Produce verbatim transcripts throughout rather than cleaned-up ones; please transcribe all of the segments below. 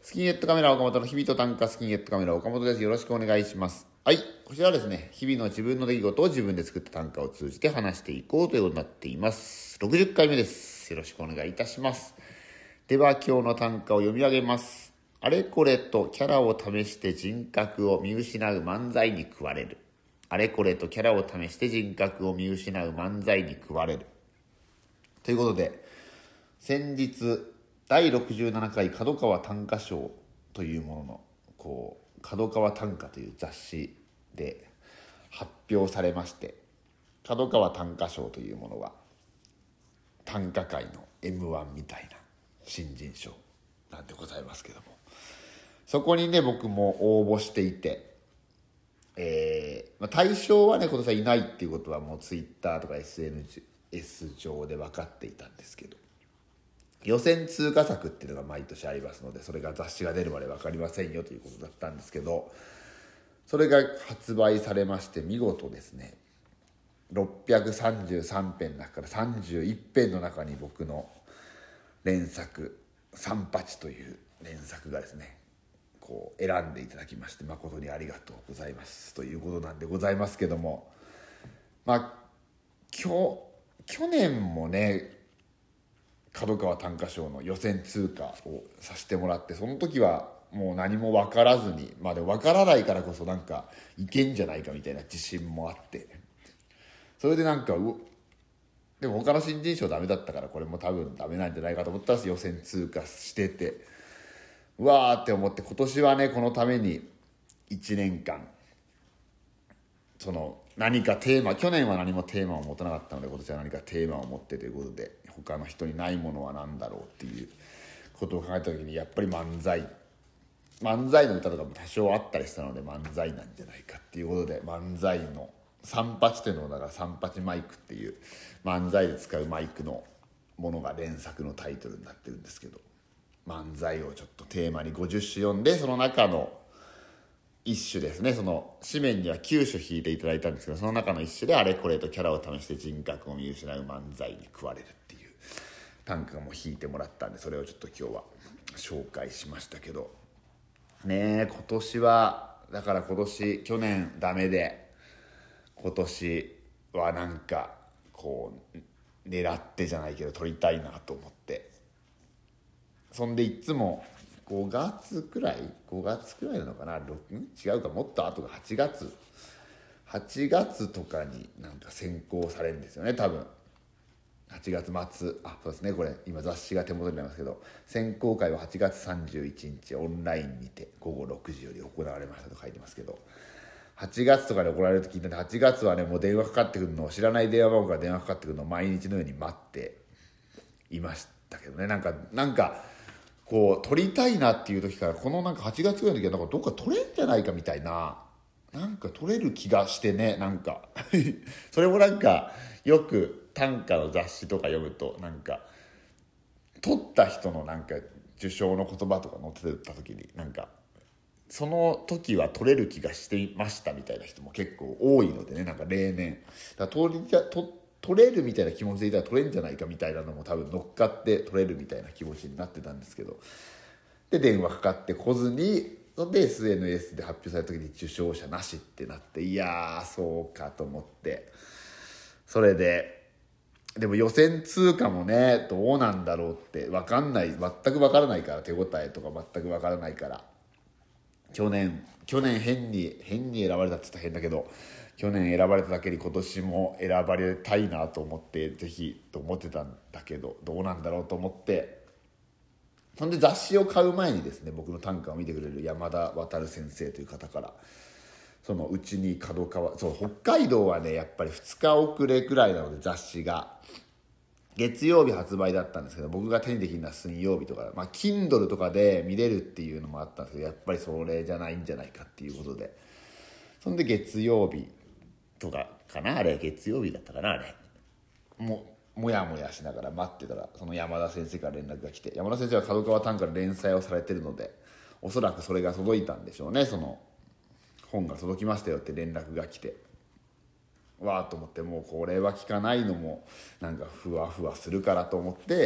スキンヘッドカメラ岡本の日々と短歌スキンヘッドカメラ岡本です。よろしくお願いします。はい、こちらはですね、日々の自分の出来事を自分で作った短歌を通じて話していこうということになっています。ろくじゅっかいめです。よろしくお願いいたします。では今日の短歌を読み上げます。あれこれとキャラを試して人格を見失う漫才に食われる。あれこれとキャラを試して人格を見失う漫才に食われる。ということで、先日だいろくじゅうななかい角川短歌賞というもののこう角川短歌という雑誌で発表されまして、角川短歌賞というものは短歌界の エムワン みたいな新人賞なんでございますけども、そこにね僕も応募していて、えーまあ、対象はね今年はいないっていうことはもうツイッターとか エスエヌエス 上で分かっていたんですけど、予選通過作っていうのが毎年ありますので、それが雑誌が出るまで分かりませんよということだったんですけど、それが発売されまして見事ですね、ろっぴゃくさんじゅうさんぺんの中からさんじゅういっぺんの中に僕の連作三八という連作がですねこう選んでいただきまして、誠にありがとうございますということなんでございますけども、まあ今日去年もね角川短歌賞の予選通過をさせてもらって、その時はもう何も分からずに、まあでも分からないからこそなんかいけんじゃないかみたいな自信もあって、それでなんかうでも他の新人賞ダメだったからこれも多分ダメなんじゃないかと思ったら予選通過してて、うわーって思って、今年はねこのためにいちねんかんその何かテーマ、去年は何もテーマを持たなかったので今年は何かテーマを持ってということで、他の人にないものは何だろうっていうことを考えた時に、やっぱり漫才漫才の歌とかも多少あったりしたので漫才なんじゃないかっていうことで、漫才の三八というのをだから三八マイクっていう漫才で使うマイクのものが連作のタイトルになってるんですけど、漫才をちょっとテーマにごじゅっしゅ読んで、その中の一種ですね、その紙面にはきゅうしゅ引いていただいたんですけど、その中の一種であれこれとキャラを試して人格を見失う漫才に食われるっていう短歌も引いてもらったんで、それをちょっと今日は紹介しましたけどね。今年はだから今年去年ダメで、今年はなんかこう狙ってじゃないけど撮りたいなと思って、そんでいつもごがつくらいごがつくらいなのかな、ろく違うか、もっと後がはちがつはちがつとかになんか選考されるんですよね多分。はちがつまつ、あそうですね、これ今雑誌が手元にありますけど、選考会ははちがつさんじゅういちにちオンラインにてごごろくじより行われましたと書いてますけど、はちがつとかで行われると聞いたんで、はちがつはねもう電話かかってくるのを、知らない電話番号から電話かかってくるのを毎日のように待っていましたけどね。なんかなんかこう撮りたいなっていう時から、このなんかはちがつぐらいの時はなんかどっか撮れんじゃないかみたいな、なんか撮れる気がしてね、なんかそれもなんかよく短歌の雑誌とか読むと、なんか撮った人のなんか受賞の言葉とか載ってた時に、なんかその時は撮れる気がしていましたみたいな人も結構多いのでね、なんか例年だから撮りた撮取れるみたいな気持ちでいたら取れるんじゃないかみたいなのも多分乗っかって取れるみたいな気持ちになってたんですけど、で電話かかってこずに、そんで エスエヌエス で発表された時に受賞者なしってなって、いやーそうかと思って、それででも予選通過もねどうなんだろうって分かんない、全く分からないから、手応えとか全く分からないから、去年去年変に変に選ばれたって言ったら変だけど、去年選ばれただけに今年も選ばれたいなと思って、ぜひと思ってたんだけど、どうなんだろうと思って、そんで雑誌を買う前にですね、僕の短歌を見てくれる山田渉先生という方から、そのうちに角川、そう北海道はねやっぱりふつか遅れくらいなので、雑誌が月曜日発売だったんですけど、僕が手にできるのは水曜日とか、まあ Kindle とかで見れるっていうのもあったんですけど、やっぱりそれじゃないんじゃないかっていうことで、そんで月曜日とかかな、あれ月曜日だったかな、あれももやもやしながら待ってたら、その山田先生から連絡が来て、山田先生は角川短歌の連載をされてるので、おそらくそれが届いたんでしょうね、その本が届きましたよって連絡が来て、わーと思って、もうこれは聞かないのもなんかふわふわするからと思って、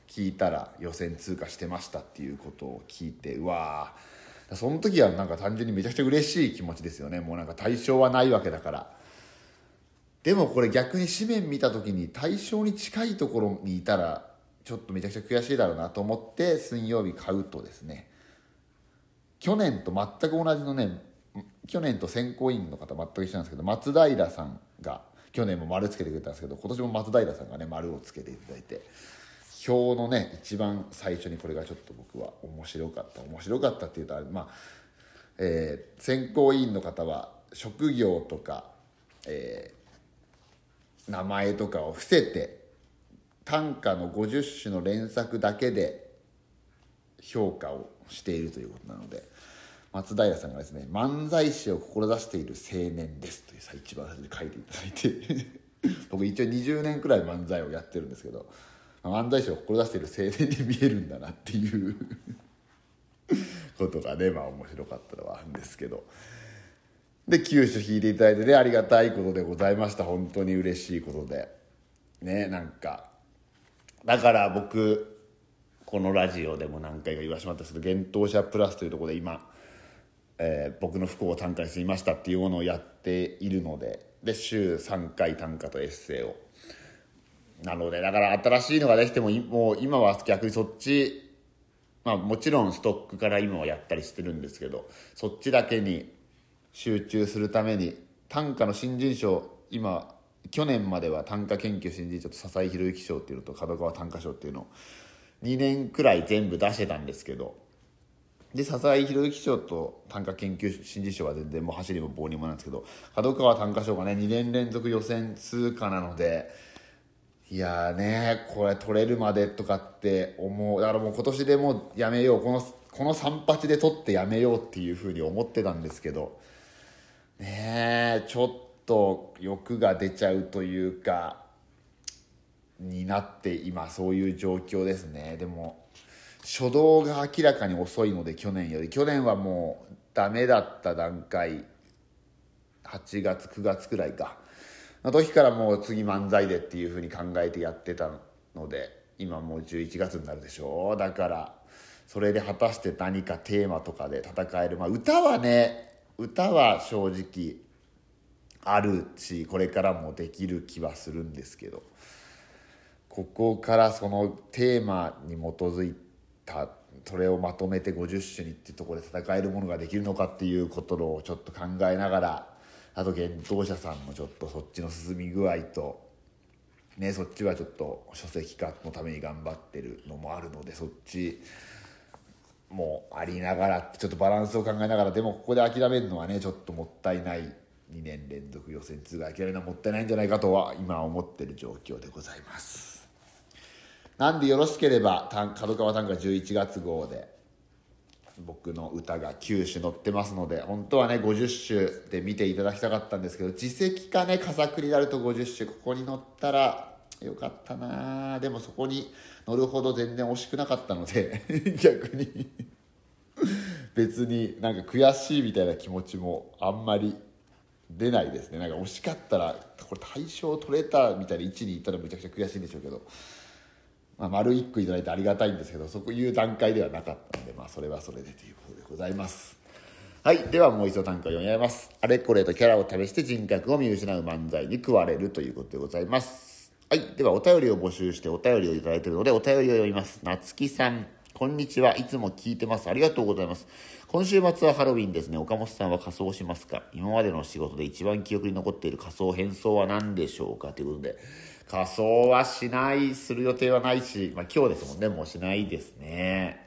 聞いたら予選通過してましたっていうことを聞いて、うわー、その時はなんか単純にめちゃくちゃ嬉しい気持ちですよね。もうなんか対象はないわけだから。でもこれ逆に紙面見た時に対象に近いところにいたらちょっとめちゃくちゃ悔しいだろうなと思って水曜日買うとですね、去年と全く同じのね、去年と選考委員の方全く一緒なんですけど、松平さんが去年も丸つけてくれたんですけど、今年も松平さんがね丸をつけていただいて、表のね一番最初にこれがちょっと僕は面白かった面白かったっていうとあれ、まあ、えー、選考委員の方は職業とか、えー、名前とかを伏せて短歌のごじゅっしゅの連作だけで評価をしているということなので、松平さんがですね、漫才師を志している青年ですというさ一番最初に書いていただいて僕一応にじゅうねんくらい漫才をやってるんですけど、漫才師を志している青年に見えるんだなっていうことがね、まあ面白かったのはあるんですけど、で九州引いていただいてね、ありがたいことでございました。本当に嬉しいことでね。なんかだから僕このラジオでも何回か言わせてもらったんですけど、幻冬舎プラスというところで今、えー、僕の不幸を短歌にしてみましたっていうものをやっているので、で週さんかい短歌とエッセイを、なのでだから新しいのができてももう今は逆にそっち、まあもちろんストックから今はやったりしてるんですけど、そっちだけに集中するために短歌の新人賞、今去年までは短歌研究新人賞と笹井宏之賞っていうのと角川短歌賞っていうのをにねんくらい全部出してたんですけど、で笹井宏之賞と短歌研究新人賞は全然もう走りも棒にもなんですけど、角川短歌賞がねにねん連続予選通過なので、いやーねこれ取れるまでとかって思う。だからもう今年でもうやめよう、このこのさん八で取ってやめようっていうふうに思ってたんですけどね、えちょっと欲が出ちゃうというかになって今そういう状況ですね。でも初動が明らかに遅いので、去年より去年はもうダメだった段階、はちがつくがつくらいかの時からもう次漫才でっていう風に考えてやってたので、今もうじゅういちがつになるでしょ。だからそれで果たして何かテーマとかで戦える、まあ歌はね、歌は正直あるしこれからもできる気はするんですけど、ここからそのテーマに基づいたそれをまとめてごじゅっしゅにっていうところで戦えるものができるのかっていうことをちょっと考えながら、あと幻冬舎さんのちょっとそっちの進み具合とね、そっちはちょっと書籍化のために頑張ってるのもあるので、そっちもありながらちょっとバランスを考えながら、でもここで諦めるのはねちょっともったいない、にねん連続予選通過諦めるのはもったいないんじゃないかとは今思ってる状況でございます。なんでよろしければ角川短歌じゅういちがつ号で僕の歌がきゅうしゅ載ってますので、本当はねごじゅっしゅで見ていただきたかったんですけど、自責かね佳作になるとごじゅっしゅここに載ったらよかったな。でもそこに乗るほど全然惜しくなかったので逆に別になんか悔しいみたいな気持ちもあんまり出ないですね。なんか惜しかったらこれ大賞取れたみたいな位置にいったらめちゃくちゃ悔しいんでしょうけど、まあ、丸いっこいただいてありがたいんですけど、そういう段階ではなかったので、まあそれはそれでということでございます。はい、ではもう一度短歌を読み上げます。あれこれとキャラを試して人格を見失う漫才に食われるということでございます。はい、ではお便りを募集してお便りをいただいているのでお便りを読みます。なつきさん、こんにちは、いつも聞いてます、ありがとうございます。今週末はハロウィンですね。岡本さんは仮装しますか？今までの仕事で一番記憶に残っている仮装変装は何でしょうか、ということで、仮装はしない、する予定はないし、まあ今日ですもんね、もうしないですね。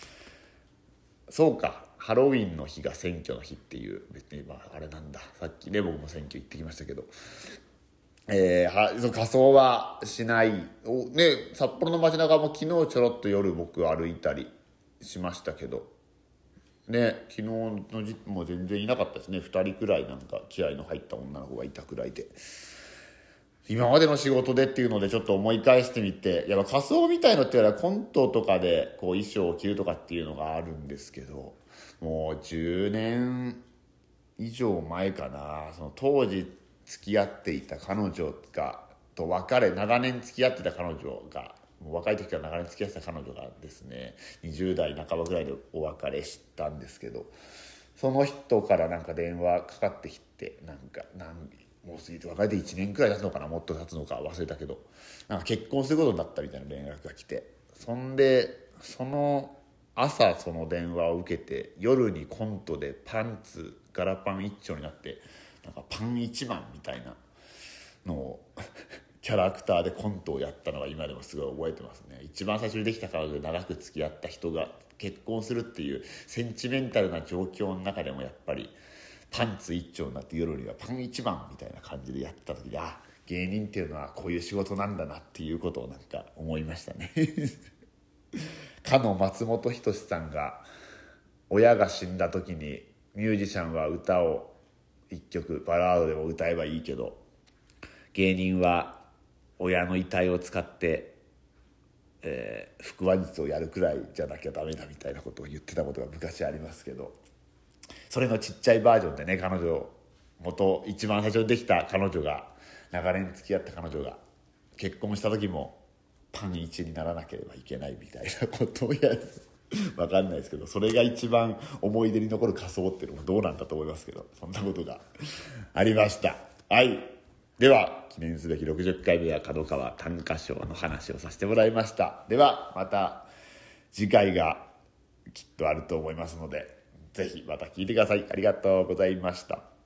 そうか、ハロウィンの日が選挙の日っていう、別にまああれなんだ、さっきね僕も選挙行ってきましたけど、えー、はその仮装はしないお、ね、札幌の街中も昨日ちょろっと夜僕歩いたりしましたけどね、昨日の時も全然いなかったですね。ふたりくらいなんか気合いの入った女の子がいたくらいで、今までの仕事でっていうのでちょっと思い返してみて、やっぱ仮装みたいのっていうのはコントとかでこう衣装を着るとかっていうのがあるんですけど、もうじゅうねん以上前かな、その当時付き合っていた彼女がと別れ長年付き合ってた彼女がもう若い時から長年付き合ってた彼女がですねにじゅう代半ばぐらいでお別れしたんですけど、その人からなんか電話かかってきて、なんかなんもう過ぎて別れていちねんくらい経つのかな、もっと経つのか忘れたけど、なんか結婚することになったみたいな連絡が来て、そんでその朝その電話を受けて、夜にコントでパンツガラパン一丁になって、なんかパン一番みたいなのをキャラクターでコントをやったのが今でもすごい覚えてますね。一番最初にできた彼女で長く付き合った人が結婚するっていうセンチメンタルな状況の中でもやっぱりパンツ一丁になって夜にはパン一番みたいな感じでやった時で、あ、芸人っていうのはこういう仕事なんだなっていうことをなんか思いましたねかの松本人志さんが親が死んだ時にミュージシャンは歌を一曲バラードでも歌えばいいけど、芸人は親の遺体を使って、えー、腹話術をやるくらいじゃなきゃダメだみたいなことを言ってたことが昔ありますけど、それのちっちゃいバージョンでね、彼女元一番最初にできた彼女が長年付き合った彼女が結婚した時もパン一にならなければいけないみたいなことをやる分かんないですけど、それが一番思い出に残る仮装っていうのもどうなんだと思いますけど、そんなことがありました。はい、では記念すべきろくじゅっかいめは角川短歌賞の話をさせてもらいました。ではまた次回がきっとあると思いますので、ぜひまた聞いてください。ありがとうございました。